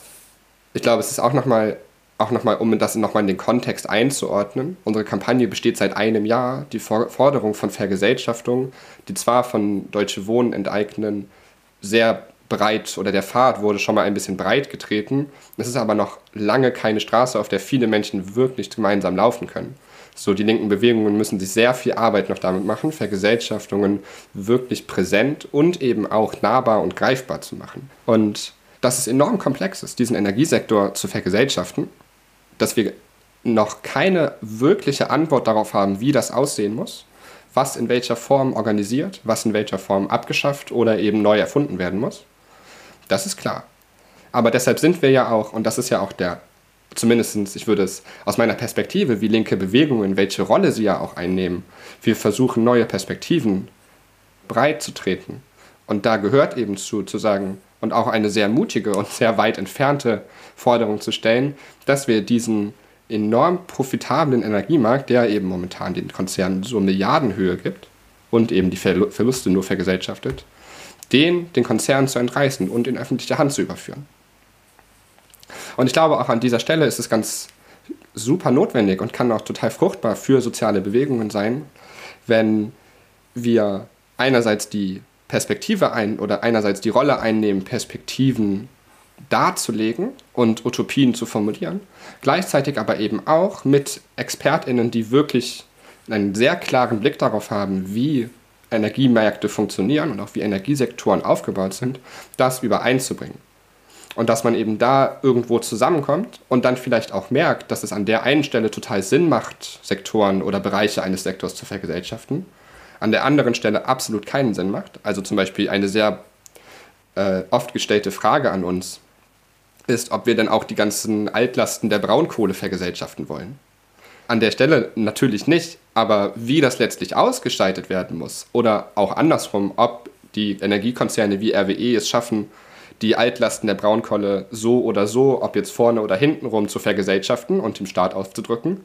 ich glaube, es ist auch nochmal, auch noch mal, um das nochmal in den Kontext einzuordnen, unsere Kampagne besteht seit einem Jahr, die Forderung von Vergesellschaftung, die zwar von Deutsche Wohnen enteignen, sehr breit, oder der Pfad wurde schon mal ein bisschen breit getreten. Es ist aber noch lange keine Straße, auf der viele Menschen wirklich gemeinsam laufen können. So, die linken Bewegungen müssen sich sehr viel Arbeit noch damit machen, Vergesellschaftungen wirklich präsent und eben auch nahbar und greifbar zu machen. Und dass es enorm komplex ist, diesen Energiesektor zu vergesellschaften, dass wir noch keine wirkliche Antwort darauf haben, wie das aussehen muss, was in welcher Form organisiert, was in welcher Form abgeschafft oder eben neu erfunden werden muss. Das ist klar. Aber deshalb sind wir ja auch, und das ist ja auch der, zumindest, ich würde es aus meiner Perspektive, wie linke Bewegungen, welche Rolle sie ja auch einnehmen, wir versuchen, neue Perspektiven breit zu treten. Und da gehört eben zu, zu sagen, und auch eine sehr mutige und sehr weit entfernte Forderung zu stellen, dass wir diesen enorm profitablen Energiemarkt, der eben momentan den Konzernen so Milliardenhöhe gibt und eben die Verluste nur vergesellschaftet, den den Konzernen zu entreißen und in öffentliche Hand zu überführen. Und ich glaube, auch an dieser Stelle ist es ganz super notwendig und kann auch total fruchtbar für soziale Bewegungen sein, wenn wir einerseits die Perspektive ein oder einerseits die Rolle einnehmen, Perspektiven darzulegen und Utopien zu formulieren, gleichzeitig aber eben auch mit ExpertInnen, die wirklich einen sehr klaren Blick darauf haben, wie Energiemärkte funktionieren und auch wie Energiesektoren aufgebaut sind, das übereinzubringen. Und dass man eben da irgendwo zusammenkommt und dann vielleicht auch merkt, dass es an der einen Stelle total Sinn macht, Sektoren oder Bereiche eines Sektors zu vergesellschaften, an der anderen Stelle absolut keinen Sinn macht. Also zum Beispiel eine sehr äh, oft gestellte Frage an uns ist, ob wir denn auch die ganzen Altlasten der Braunkohle vergesellschaften wollen. An der Stelle natürlich nicht, aber wie das letztlich ausgestaltet werden muss oder auch andersrum, ob die Energiekonzerne wie R W E es schaffen, die Altlasten der Braunkohle so oder so, ob jetzt vorne oder hinten rum, zu vergesellschaften und dem Staat aufzudrücken,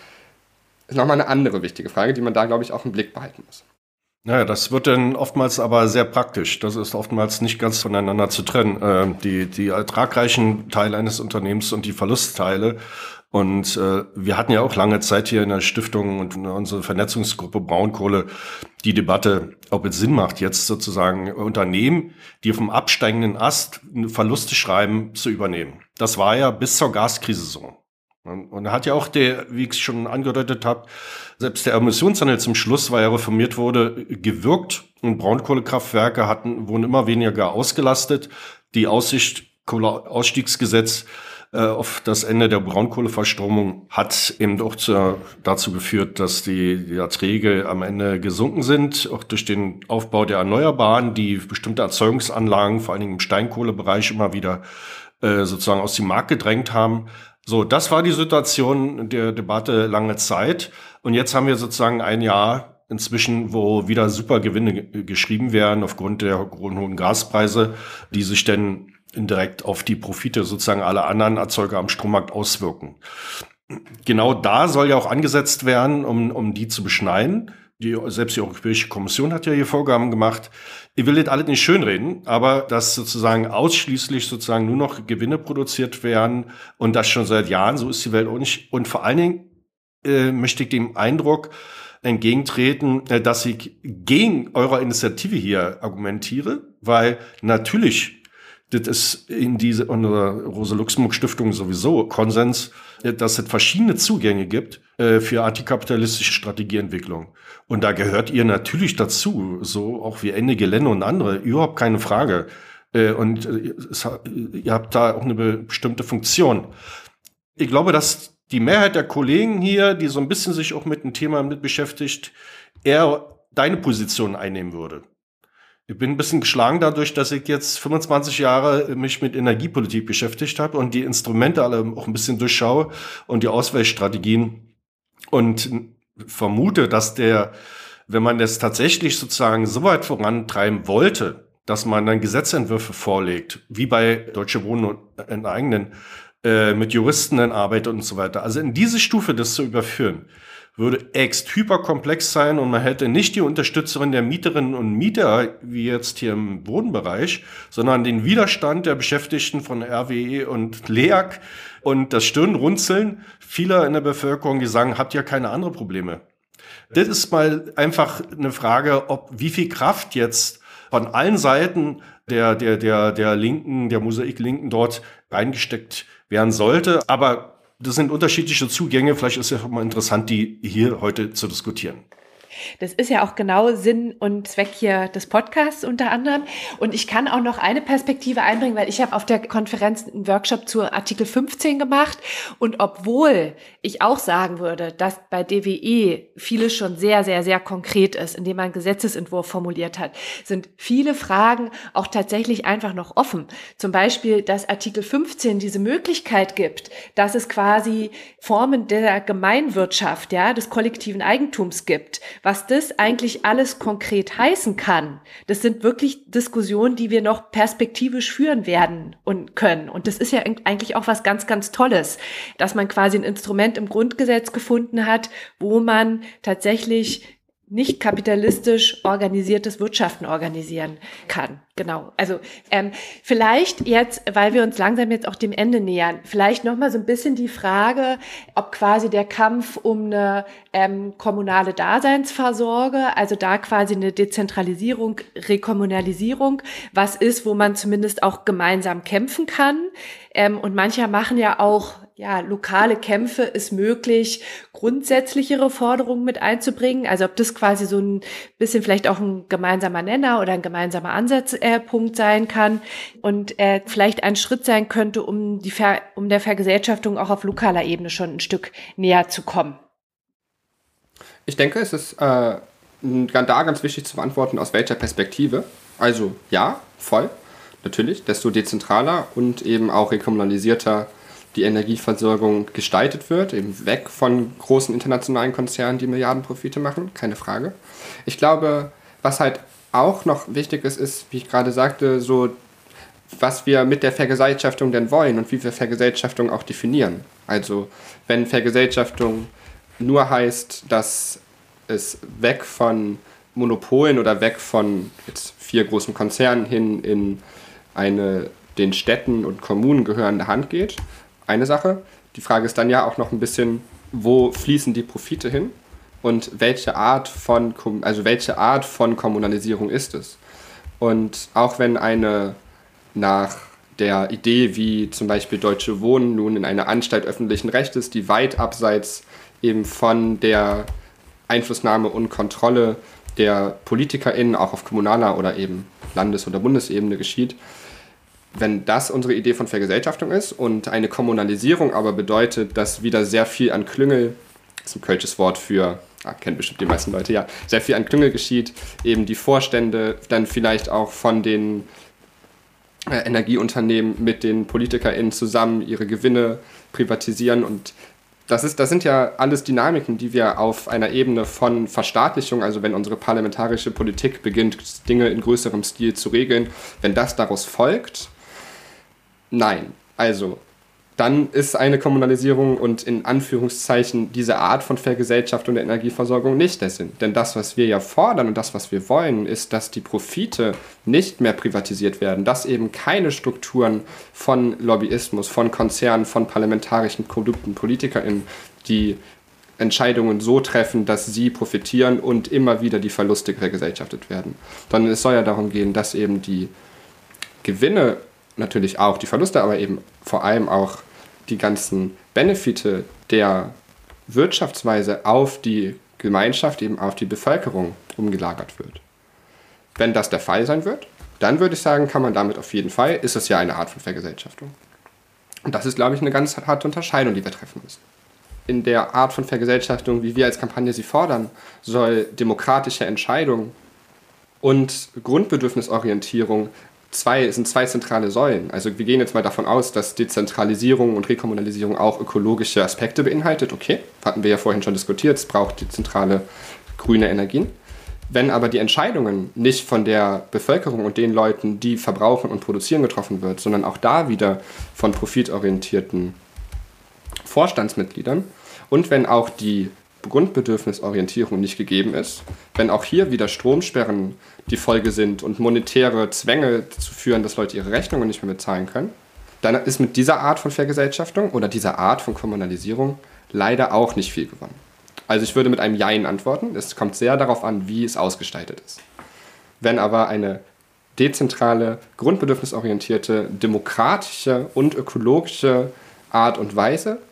ist nochmal eine andere wichtige Frage, die man da, glaube ich, auch im Blick behalten muss. Naja, das wird dann oftmals aber sehr praktisch. Das ist oftmals nicht ganz voneinander zu trennen. Äh, die, die ertragreichen Teile eines Unternehmens und die Verlustteile. Und äh, wir hatten ja auch lange Zeit hier in der Stiftung und in unserer Vernetzungsgruppe Braunkohle die Debatte, ob es Sinn macht, jetzt sozusagen Unternehmen, die auf dem absteigenden Ast Verluste schreiben, zu übernehmen. Das war ja bis zur Gaskrise so. Und da hat ja auch der, wie ich es schon angedeutet habe, selbst der Emissionshandel zum Schluss, weil er reformiert wurde, gewirkt. Und Braunkohlekraftwerke hatten, wurden immer weniger ausgelastet. Die Aussicht, Kohleausstiegsgesetz äh, auf das Ende der Braunkohleverstromung hat eben auch zu, dazu geführt, dass die, die Erträge am Ende gesunken sind, auch durch den Aufbau der Erneuerbaren, die bestimmte Erzeugungsanlagen, vor allen Dingen im Steinkohlebereich, immer wieder äh, sozusagen aus dem Markt gedrängt haben. So, das war die Situation der Debatte lange Zeit. Und jetzt haben wir sozusagen ein Jahr inzwischen, wo wieder super Gewinne geschrieben werden aufgrund der hohen Gaspreise, die sich dann indirekt auf die Profite sozusagen aller anderen Erzeuger am Strommarkt auswirken. Genau da soll ja auch angesetzt werden, um, um die zu beschneiden. Die, selbst die Europäische Kommission hat ja hier Vorgaben gemacht. Ich will das alles nicht schönreden, aber dass sozusagen ausschließlich sozusagen nur noch Gewinne produziert werden und das schon seit Jahren, so ist die Welt auch nicht. Und vor allen Dingen äh, möchte ich dem Eindruck entgegentreten, äh, dass ich gegen eure Initiative hier argumentiere, weil natürlich, das ist in dieser Rosa-Luxemburg-Stiftung sowieso Konsens, dass es verschiedene Zugänge gibt äh, für antikapitalistische Strategieentwicklung. Und da gehört ihr natürlich dazu, so auch wie Ende Gelände und andere, überhaupt keine Frage. Äh, und äh, es, ihr habt da auch eine bestimmte Funktion. Ich glaube, dass die Mehrheit der Kollegen hier, die so ein bisschen sich auch mit dem Thema mit beschäftigt, eher deine Position einnehmen würde. Ich bin ein bisschen geschlagen dadurch, dass ich jetzt fünfundzwanzig Jahre mich mit Energiepolitik beschäftigt habe und die Instrumente alle auch ein bisschen durchschaue und die Ausweichstrategien und vermute, dass der, wenn man das tatsächlich sozusagen so weit vorantreiben wollte, dass man dann Gesetzentwürfe vorlegt, wie bei Deutsche Wohnen und Enteignen, äh, mit Juristen in Arbeit und so weiter. Also in diese Stufe das zu überführen, würde ext hyperkomplex sein und man hätte nicht die Unterstützerin der Mieterinnen und Mieter, wie jetzt hier im Wohnbereich, sondern den Widerstand der Beschäftigten von R W E und L E A G und das Stirnrunzeln vieler in der Bevölkerung, die sagen, habt ihr keine anderen Probleme? Das ist mal einfach eine Frage, ob wie viel Kraft jetzt von allen Seiten der, der, der, der Linken, der Mosaik-Linken dort reingesteckt werden sollte. Aber Das sind unterschiedliche Zugänge. Vielleicht ist es ja mal interessant, die hier heute zu diskutieren. Das ist ja auch genau Sinn und Zweck hier des Podcasts unter anderem. Und ich kann auch noch eine Perspektive einbringen, weil ich habe auf der Konferenz einen Workshop zu Artikel fünfzehn gemacht. Und obwohl ich auch sagen würde, dass bei D W E vieles schon sehr, sehr, sehr konkret ist, indem man einen Gesetzesentwurf formuliert hat, sind viele Fragen auch tatsächlich einfach noch offen. Zum Beispiel, dass Artikel fünfzehn diese Möglichkeit gibt, dass es quasi Formen der Gemeinwirtschaft, ja, des kollektiven Eigentums gibt. Was das eigentlich alles konkret heißen kann, das sind wirklich Diskussionen, die wir noch perspektivisch führen werden und können. Und das ist ja eigentlich auch was ganz, ganz Tolles, dass man quasi ein Instrument im Grundgesetz gefunden hat, wo man tatsächlich nicht kapitalistisch organisiertes Wirtschaften organisieren kann. Genau. Also ähm, vielleicht jetzt, weil wir uns langsam jetzt auch dem Ende nähern, vielleicht nochmal so ein bisschen die Frage, ob quasi der Kampf um eine ähm, kommunale Daseinsvorsorge, also da quasi eine Dezentralisierung, Rekommunalisierung, was ist, wo man zumindest auch gemeinsam kämpfen kann. Ähm, und mancher machen ja auch, ja, lokale Kämpfe ist möglich, grundsätzlichere Forderungen mit einzubringen. Also ob das quasi so ein bisschen vielleicht auch ein gemeinsamer Nenner oder ein gemeinsamer Ansatzpunkt sein kann und äh, vielleicht ein Schritt sein könnte, um die Ver- um der Vergesellschaftung auch auf lokaler Ebene schon ein Stück näher zu kommen. Ich denke, es ist äh, da ganz wichtig zu beantworten, aus welcher Perspektive. Also ja, voll, natürlich, desto dezentraler und eben auch rekommunalisierter die Energieversorgung gestaltet wird, eben weg von großen internationalen Konzernen, die Milliardenprofite machen, keine Frage. Ich glaube, was halt auch noch wichtig ist, ist, wie ich gerade sagte, so, was wir mit der Vergesellschaftung denn wollen und wie wir Vergesellschaftung auch definieren. Also, wenn Vergesellschaftung nur heißt, dass es weg von Monopolen oder weg von jetzt vier großen Konzernen hin in eine den Städten und Kommunen gehörende Hand geht, eine Sache. Die Frage ist dann ja auch noch ein bisschen, wo fließen die Profite hin und welche Art von, also welche Art von Kommunalisierung ist es? Und auch wenn eine nach der Idee, wie zum Beispiel Deutsche Wohnen nun in einer Anstalt öffentlichen Rechtes, die weit abseits eben von der Einflussnahme und Kontrolle der PolitikerInnen auch auf kommunaler oder eben Landes- oder Bundesebene geschieht, wenn das unsere Idee von Vergesellschaftung ist und eine Kommunalisierung aber bedeutet, dass wieder sehr viel an Klüngel, das ist ein kölsches Wort für, ah, kennen bestimmt die meisten Leute, ja, sehr viel an Klüngel geschieht, eben die Vorstände dann vielleicht auch von den äh, Energieunternehmen mit den PolitikerInnen zusammen ihre Gewinne privatisieren und das ist, das sind ja alles Dynamiken, die wir auf einer Ebene von Verstaatlichung, also wenn unsere parlamentarische Politik beginnt, Dinge in größerem Stil zu regeln, wenn das daraus folgt, nein, also dann ist eine Kommunalisierung und in Anführungszeichen diese Art von Vergesellschaftung der Energieversorgung nicht der Sinn. Denn das, was wir ja fordern und das, was wir wollen, ist, dass die Profite nicht mehr privatisiert werden, dass eben keine Strukturen von Lobbyismus, von Konzernen, von parlamentarischen korrupten PolitikerInnen die Entscheidungen so treffen, dass sie profitieren und immer wieder die Verluste vergesellschaftet werden. Sondern es soll ja darum gehen, dass eben die Gewinne, natürlich auch die Verluste, aber eben vor allem auch die ganzen Benefite der Wirtschaftsweise auf die Gemeinschaft, eben auf die Bevölkerung umgelagert wird. Wenn das der Fall sein wird, dann würde ich sagen, kann man damit auf jeden Fall, ist es ja eine Art von Vergesellschaftung. Und das ist, glaube ich, eine ganz harte Unterscheidung, die wir treffen müssen. In der Art von Vergesellschaftung, wie wir als Kampagne sie fordern, soll demokratische Entscheidung und Grundbedürfnisorientierung Zwei, es sind zwei zentrale Säulen. Also wir gehen jetzt mal davon aus, dass Dezentralisierung und Rekommunalisierung auch ökologische Aspekte beinhaltet. Okay, hatten wir ja vorhin schon diskutiert, es braucht dezentrale grüne Energien. Wenn aber die Entscheidungen nicht von der Bevölkerung und den Leuten, die verbrauchen und produzieren, getroffen wird, sondern auch da wieder von profitorientierten Vorstandsmitgliedern und wenn auch die Grundbedürfnisorientierung nicht gegeben ist, wenn auch hier wieder Stromsperren die Folge sind und monetäre Zwänge zu führen, dass Leute ihre Rechnungen nicht mehr bezahlen können, dann ist mit dieser Art von Vergesellschaftung oder dieser Art von Kommunalisierung leider auch nicht viel gewonnen. Also ich würde mit einem Jein antworten. Es kommt sehr darauf an, wie es ausgestaltet ist. Wenn aber eine dezentrale, grundbedürfnisorientierte, demokratische und ökologische Art und Weise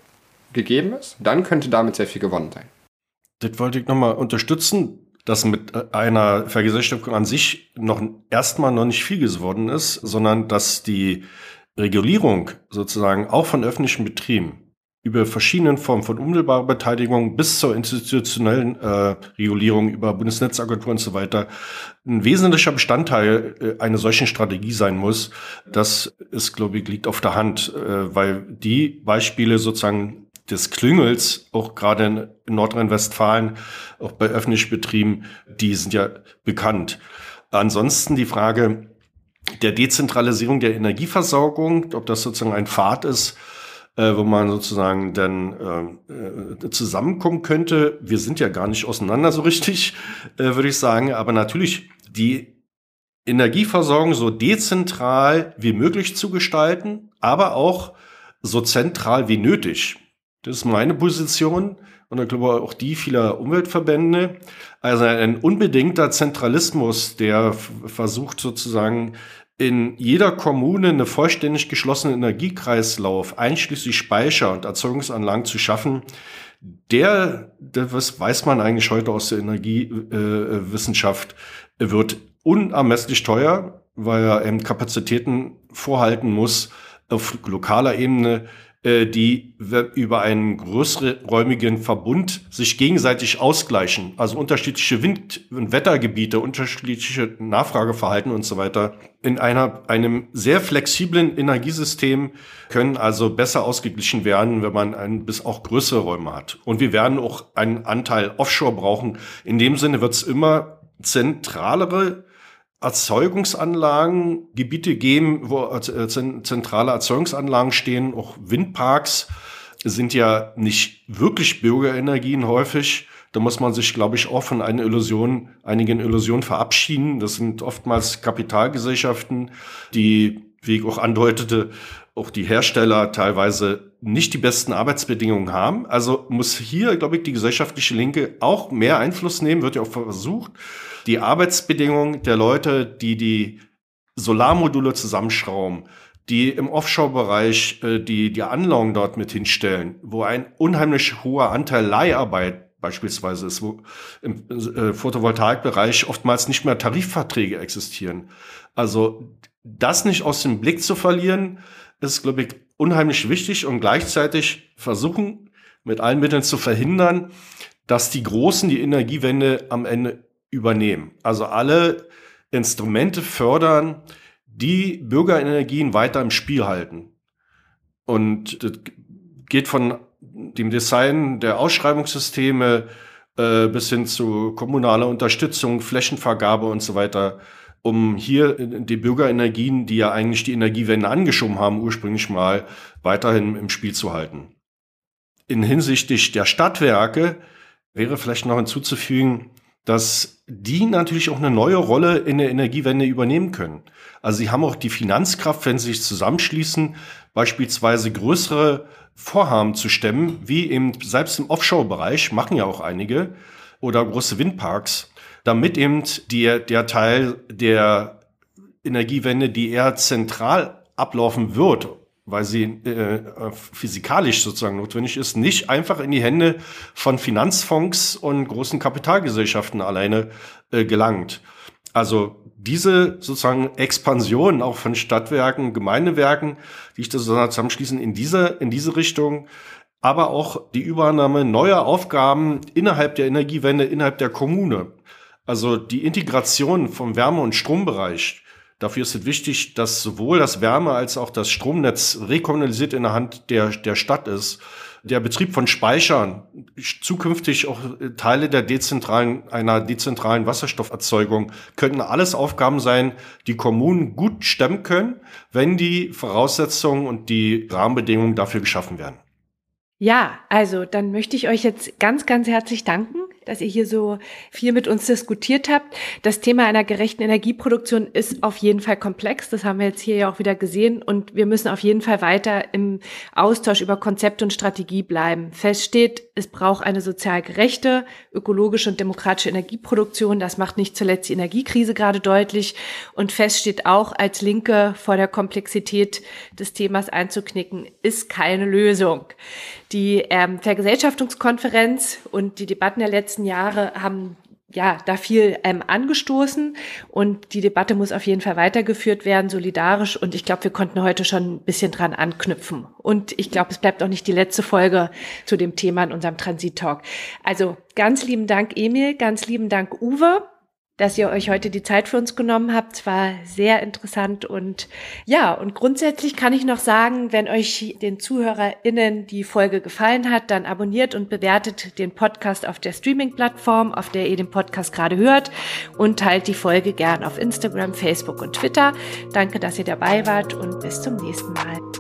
gegeben ist, dann könnte damit sehr viel gewonnen sein. Das wollte ich nochmal unterstützen, dass mit einer Vergesellschaftung an sich noch erstmal noch nicht viel geworden ist, sondern dass die Regulierung sozusagen auch von öffentlichen Betrieben über verschiedene Formen von unmittelbarer Beteiligung bis zur institutionellen äh, Regulierung über Bundesnetzagentur und so weiter ein wesentlicher Bestandteil äh, einer solchen Strategie sein muss. Das ist, glaube ich, liegt auf der Hand, äh, weil die Beispiele sozusagen des Klüngels, auch gerade in Nordrhein-Westfalen, auch bei öffentlichen Betrieben, die sind ja bekannt. Ansonsten die Frage der Dezentralisierung der Energieversorgung, ob das sozusagen ein Pfad ist, äh, wo man sozusagen dann äh, zusammenkommen könnte. Wir sind ja gar nicht auseinander so richtig, äh, würde ich sagen. Aber natürlich die Energieversorgung so dezentral wie möglich zu gestalten, aber auch so zentral wie nötig. Das ist meine Position und ich glaube auch die vieler Umweltverbände. Also ein unbedingter Zentralismus, der f- versucht sozusagen in jeder Kommune eine vollständig geschlossene Energiekreislauf, einschließlich Speicher und Erzeugungsanlagen zu schaffen, der, das weiß man eigentlich heute aus der Energiewissenschaft, äh, wird unermesslich teuer, weil er eben Kapazitäten vorhalten muss auf lokaler Ebene, die über einen größerräumigen Verbund sich gegenseitig ausgleichen. Also unterschiedliche Wind- und Wettergebiete, unterschiedliche Nachfrageverhalten und so weiter. In einer, einem sehr flexiblen Energiesystem können also besser ausgeglichen werden, wenn man ein bis auch größere Räume hat. Und wir werden auch einen Anteil Offshore brauchen. In dem Sinne wird es immer zentralere Erzeugungsanlagen, Gebiete geben, wo äh, zentrale Erzeugungsanlagen stehen. Auch Windparks sind ja nicht wirklich Bürgerenergien häufig. Da muss man sich, glaube ich, auch von einer Illusion, einigen Illusionen verabschieden. Das sind oftmals Kapitalgesellschaften, die, wie ich auch andeutete, auch die Hersteller teilweise nicht die besten Arbeitsbedingungen haben. Also muss hier, glaube ich, die gesellschaftliche Linke auch mehr Einfluss nehmen, wird ja auch versucht, die Arbeitsbedingungen der Leute, die die Solarmodule zusammenschrauben, die im Offshore-Bereich äh, die die Anlagen dort mit hinstellen, wo ein unheimlich hoher Anteil Leiharbeit beispielsweise ist, wo im äh, Photovoltaikbereich oftmals nicht mehr Tarifverträge existieren. Also das nicht aus dem Blick zu verlieren, ist, glaube ich, unheimlich wichtig und gleichzeitig versuchen, mit allen Mitteln zu verhindern, dass die Großen die Energiewende am Ende übernehmen. Also alle Instrumente fördern, die Bürgerenergien weiter im Spiel halten. Und das geht von dem Design der Ausschreibungssysteme äh, bis hin zu kommunaler Unterstützung, Flächenvergabe und so weiter, um hier die Bürgerenergien, die ja eigentlich die Energiewende angeschoben haben, ursprünglich mal weiterhin im Spiel zu halten. In hinsichtlich der Stadtwerke wäre vielleicht noch hinzuzufügen, dass die natürlich auch eine neue Rolle in der Energiewende übernehmen können. Also sie haben auch die Finanzkraft, wenn sie sich zusammenschließen, beispielsweise größere Vorhaben zu stemmen, wie eben selbst im Offshore-Bereich, machen ja auch einige, oder große Windparks, damit eben die, der Teil der Energiewende, die eher zentral ablaufen wird, weil sie äh, physikalisch sozusagen notwendig ist, nicht einfach in die Hände von Finanzfonds und großen Kapitalgesellschaften alleine äh, gelangt. Also diese sozusagen Expansion auch von Stadtwerken, Gemeindewerken, die sich da zusammenschließen in diese, in diese Richtung, aber auch die Übernahme neuer Aufgaben innerhalb der Energiewende, innerhalb der Kommune. Also die Integration vom Wärme- und Strombereich. Dafür ist es wichtig, dass sowohl das Wärme- als auch das Stromnetz rekommunalisiert in der Hand der, der Stadt ist. Der Betrieb von Speichern, zukünftig auch Teile der dezentralen, einer dezentralen Wasserstofferzeugung, könnten alles Aufgaben sein, die Kommunen gut stemmen können, wenn die Voraussetzungen und die Rahmenbedingungen dafür geschaffen werden. Ja, also dann möchte ich euch jetzt ganz, ganz herzlich danken, dass ihr hier so viel mit uns diskutiert habt. Das Thema einer gerechten Energieproduktion ist auf jeden Fall komplex. Das haben wir jetzt hier ja auch wieder gesehen. Und wir müssen auf jeden Fall weiter im Austausch über Konzept und Strategie bleiben. Fest steht, es braucht eine sozial gerechte, ökologische und demokratische Energieproduktion. Das macht nicht zuletzt die Energiekrise gerade deutlich. Und fest steht auch, als Linke vor der Komplexität des Themas einzuknicken, ist keine Lösung. Die ähm, Vergesellschaftungskonferenz und die Debatten der letzten Jahre haben ja da viel ähm, angestoßen und die Debatte muss auf jeden Fall weitergeführt werden, solidarisch, und ich glaube, wir konnten heute schon ein bisschen dran anknüpfen. Und ich glaube, es bleibt auch nicht die letzte Folge zu dem Thema in unserem Transit-Talk. Also ganz lieben Dank, Emil, ganz lieben Dank, Uwe, dass ihr euch heute die Zeit für uns genommen habt. Es war sehr interessant und ja, und grundsätzlich kann ich noch sagen, wenn euch den ZuhörerInnen die Folge gefallen hat, dann abonniert und bewertet den Podcast auf der Streaming-Plattform, auf der ihr den Podcast gerade hört, und teilt die Folge gern auf Instagram, Facebook und Twitter. Danke, dass ihr dabei wart und bis zum nächsten Mal.